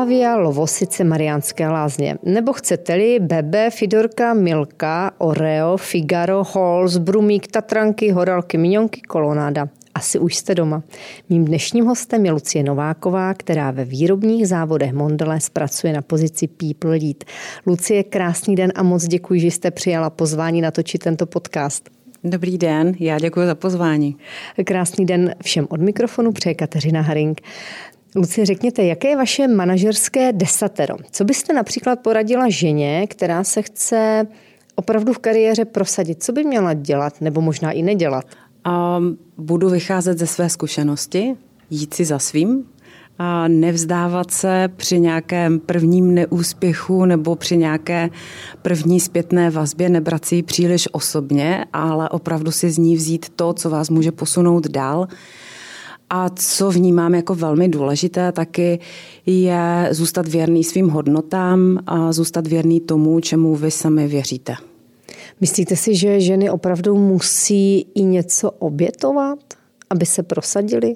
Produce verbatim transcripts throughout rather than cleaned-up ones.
Moldavia, Lovosice, Mariánské Lázně. Nebo chcete-li Bebe, Fidorka, Milka, Oreo, Figaro, Halls, Brumík, Tatranky, Horalky, Miňonky, Kolonáda. Asi už jste doma. Mým dnešním hostem je Lucie Nováková, která ve výrobních závodech Mondelez pracuje na pozici People Lead. Lucie, krásný den a moc děkuji, že jste přijala pozvání natočit tento podcast. Dobrý den, já děkuji za pozvání. Krásný den všem od mikrofonu, přeje Kateřina Haring. Lucie, řekněte, jaké je vaše manažerské desatero? Co byste například poradila ženě, která se chce opravdu v kariéře prosadit? Co by měla dělat nebo možná i nedělat? A budu vycházet ze své zkušenosti, jít si za svým, a nevzdávat se při nějakém prvním neúspěchu nebo při nějaké první zpětné vazbě, nebrat si ji příliš osobně, ale opravdu si z ní vzít to, co vás může posunout dál. A co vnímám jako velmi důležité taky, je zůstat věrný svým hodnotám a zůstat věrný tomu, čemu vy sami věříte. Myslíte si, že ženy opravdu musí i něco obětovat, aby se prosadily?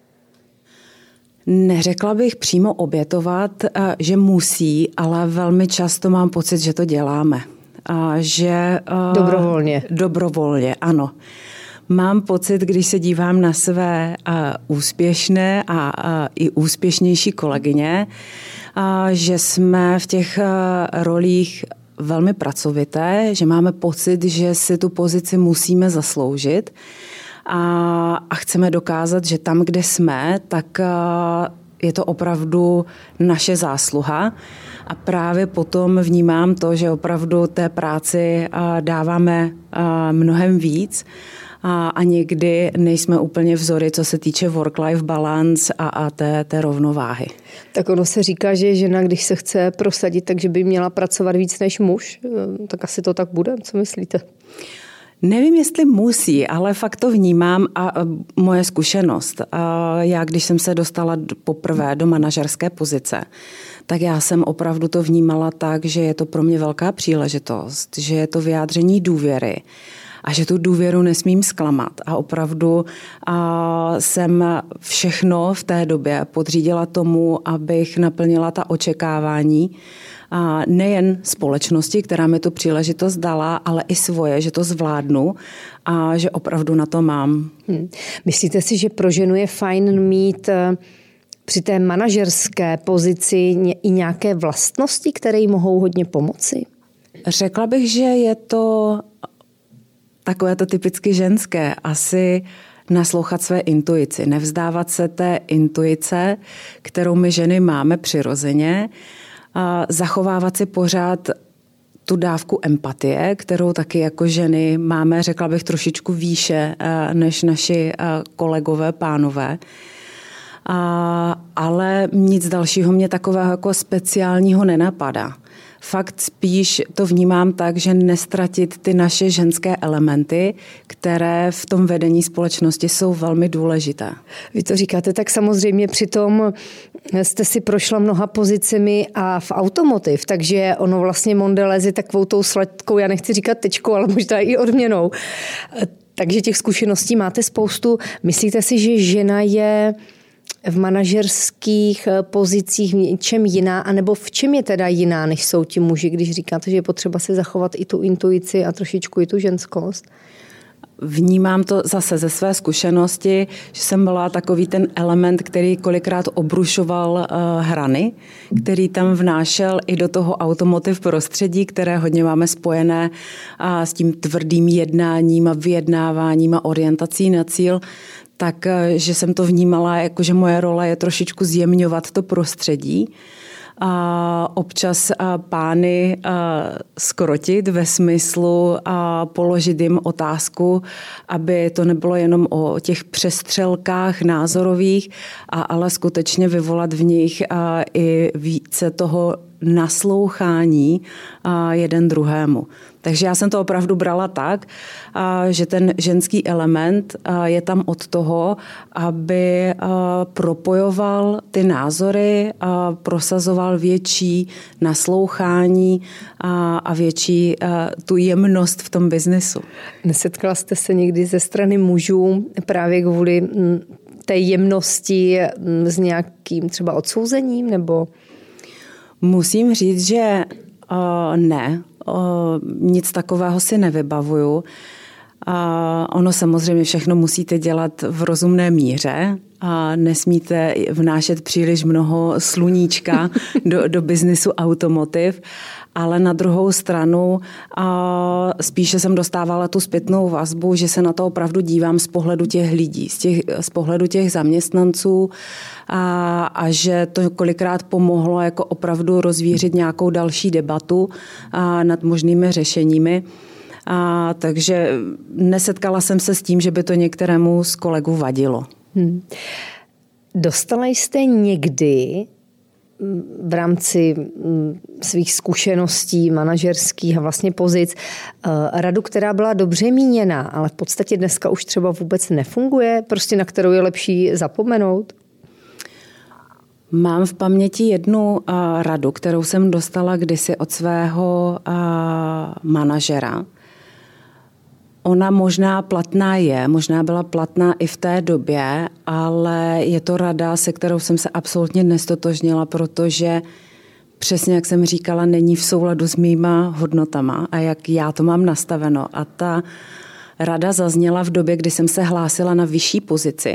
Neřekla bych přímo obětovat, že musí, ale velmi často mám pocit, že to děláme. Že, dobrovolně. Dobrovolně, ano. Mám pocit, když se dívám na své úspěšné a i úspěšnější kolegyně, že jsme v těch rolích velmi pracovité, že máme pocit, že si tu pozici musíme zasloužit a, a chceme dokázat, že tam, kde jsme, tak je to opravdu naše zásluha. A právě potom vnímám to, že opravdu té práci dáváme mnohem víc a, a někdy nejsme úplně vzory, co se týče work-life balance a, a té, té rovnováhy. Tak ono se říká, že žena, když se chce prosadit, takže by měla pracovat víc než muž. Tak asi to tak bude. Co myslíte? Nevím, jestli musí, ale fakt to vnímám a moje zkušenost. Já, když jsem se dostala poprvé do manažerské pozice, tak já jsem opravdu to vnímala tak, že je to pro mě velká příležitost, že je to vyjádření důvěry a že tu důvěru nesmím zklamat. A opravdu a jsem všechno v té době podřídila tomu, abych naplnila ta očekávání a nejen společnosti, která mi tu příležitost dala, ale i svoje, že to zvládnu a že opravdu na to mám. Hmm. Myslíte si, že pro ženu je fajn mít při té manažerské pozici i nějaké vlastnosti, které jí mohou hodně pomoci? Řekla bych, že je to takové to typicky ženské. Asi naslouchat své intuici, nevzdávat se té intuice, kterou my ženy máme přirozeně, a zachovávat si pořád tu dávku empatie, kterou taky jako ženy máme, řekla bych, trošičku výše než naši kolegové, pánové. A, ale nic dalšího mě takového jako speciálního nenapadá. Fakt spíš to vnímám tak, že nestratit ty naše ženské elementy, které v tom vedení společnosti jsou velmi důležité. Vy to říkáte, tak samozřejmě přitom jste si prošla mnoha pozicemi a v automotiv, takže ono vlastně Mondelez je takovou tou sladkou, já nechci říkat tečkou, ale možná i odměnou. Takže těch zkušeností máte spoustu. Myslíte si, že žena je v manažerských pozicích v něčem jiná, anebo v čem je teda jiná, než jsou ti muži, když říkáte, že je potřeba si zachovat i tu intuici a trošičku i tu ženskost? Vnímám to zase ze své zkušenosti, že jsem byla takový ten element, který kolikrát obrušoval uh, hrany, který tam vnášel i do toho automotiv prostředí, které hodně máme spojené uh, s tím tvrdým jednáním a vyjednáváním a orientací na cíl, tak, že jsem to vnímala, jako že moje role je trošičku zjemňovat to prostředí a občas a pány a skrotit ve smyslu a položit jim otázku, aby to nebylo jenom o těch přestřelkách názorových, a, ale skutečně vyvolat v nich a i více toho naslouchání a jeden druhému. Takže já jsem to opravdu brala tak, že ten ženský element je tam od toho, aby propojoval ty názory, prosazoval větší naslouchání a větší tu jemnost v tom biznesu. Nesetkala jste se někdy ze strany mužů právě kvůli té jemnosti s nějakým třeba odsouzením nebo... Musím říct, že uh, ne, uh, nic takového si nevybavuju. A ono samozřejmě všechno musíte dělat v rozumné míře a nesmíte vnášet příliš mnoho sluníčka do, do biznisu automotiv, ale na druhou stranu a spíše jsem dostávala tu zpětnou vazbu, že se na to opravdu dívám z pohledu těch lidí, z, těch, z pohledu těch zaměstnanců a, a že to kolikrát pomohlo jako opravdu rozvířit nějakou další debatu a, nad možnými řešeními. A, takže nesetkala jsem se s tím, že by to některému z kolegů vadilo. Hmm. Dostala jste někdy v rámci svých zkušeností manažerských a vlastně pozic radu, která byla dobře míněná, ale v podstatě dneska už třeba vůbec nefunguje, prostě na kterou je lepší zapomenout? Mám v paměti jednu uh, radu, kterou jsem dostala kdysi od svého uh, manažera. Ona možná platná je, možná byla platná i v té době, ale je to rada, se kterou jsem se absolutně nestotožnila, protože přesně jak jsem říkala, není v souladu s mýma hodnotama a jak já to mám nastaveno. A ta rada zazněla v době, kdy jsem se hlásila na vyšší pozici.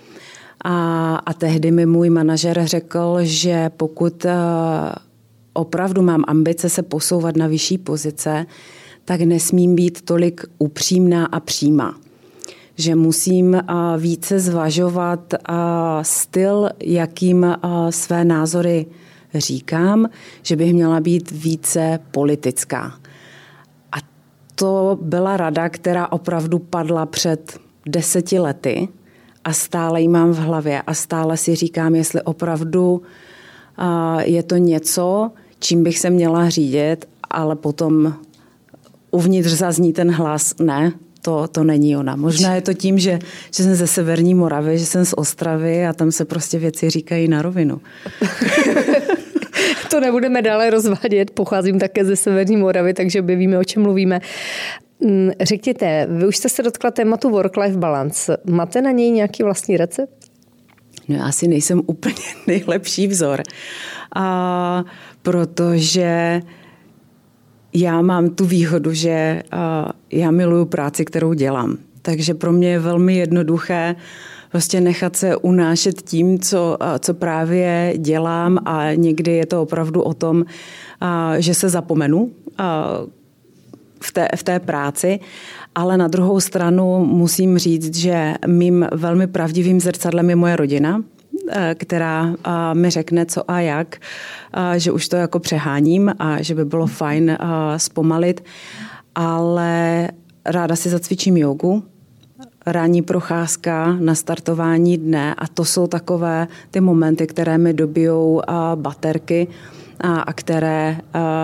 A, a tehdy mi můj manažer řekl, že pokud uh, opravdu mám ambice se posouvat na vyšší pozice, tak nesmím být tolik upřímná a přímá. Že musím uh, více zvažovat uh, styl, jakým uh, své názory říkám, že bych měla být více politická. A to byla rada, která opravdu padla před deseti lety. A stále ji mám v hlavě a stále si říkám, jestli opravdu je to něco, čím bych se měla řídit, ale potom uvnitř zazní ten hlas, ne, to, to není ona. Možná je to tím, že, že jsem ze severní Moravy, že jsem z Ostravy a tam se prostě věci říkají na rovinu. To nebudeme dále rozvádět, pocházím také ze severní Moravy, takže my víme, o čem mluvíme. Řekněte, vy už jste se dotkla tématu work-life balance. Máte na něj nějaký vlastní recept? No, já asi nejsem úplně nejlepší vzor, a protože já mám tu výhodu, že já miluju práci, kterou dělám. Takže pro mě je velmi jednoduché prostě nechat se unášet tím, co, co právě dělám a někdy je to opravdu o tom, že se zapomenu v té, v té práci, ale na druhou stranu musím říct, že mým velmi pravdivým zrcadlem je moje rodina, která mi řekne co a jak, že už to jako přeháním a že by bylo fajn zpomalit, ale ráda si zacvičím jogu, ranní procházka na startování dne a to jsou takové ty momenty, které mi dobijou baterky a, a které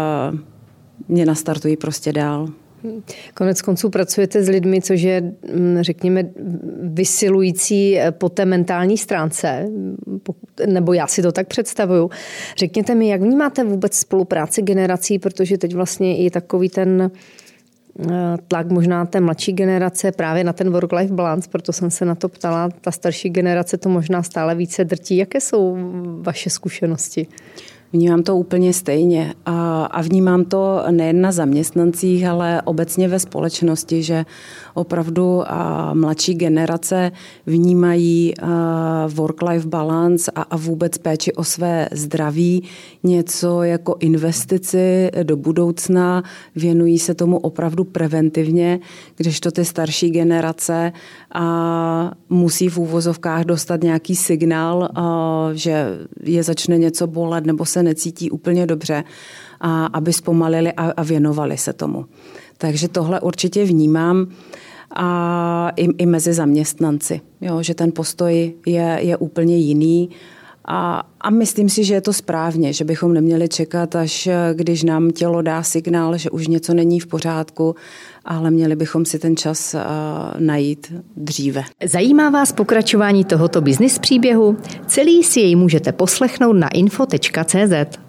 mě nastartují prostě dál. Konec konců pracujete s lidmi, což je, řekněme, vysilující po té mentální stránce, nebo já si to tak představuju. Řekněte mi, jak vnímáte vůbec spolupráci generací, protože teď vlastně je takový ten tlak možná té mladší generace právě na ten work-life balance, proto jsem se na to ptala. Ta starší generace to možná stále více drtí. Jaké jsou vaše zkušenosti? Vnímám to úplně stejně a vnímám to nejen na zaměstnancích, ale obecně ve společnosti, že opravdu mladší generace vnímají work-life balance a vůbec péči o své zdraví něco jako investici do budoucna, věnují se tomu opravdu preventivně, kdežto ty starší generace musí v úvozovkách dostat nějaký signál, že je začne něco bolet nebo se necítí úplně dobře, a aby zpomalili a, a věnovali se tomu. Takže tohle určitě vnímám a i, i mezi zaměstnanci, jo, že ten postoj je, je úplně jiný a, a myslím si, že je to správně, že bychom neměli čekat, až když nám tělo dá signál, že už něco není v pořádku, ale měli bychom si ten čas uh, najít dříve. Zajímá vás pokračování tohoto business příběhu? Celý si jej můžete poslechnout na info tečka cé zet.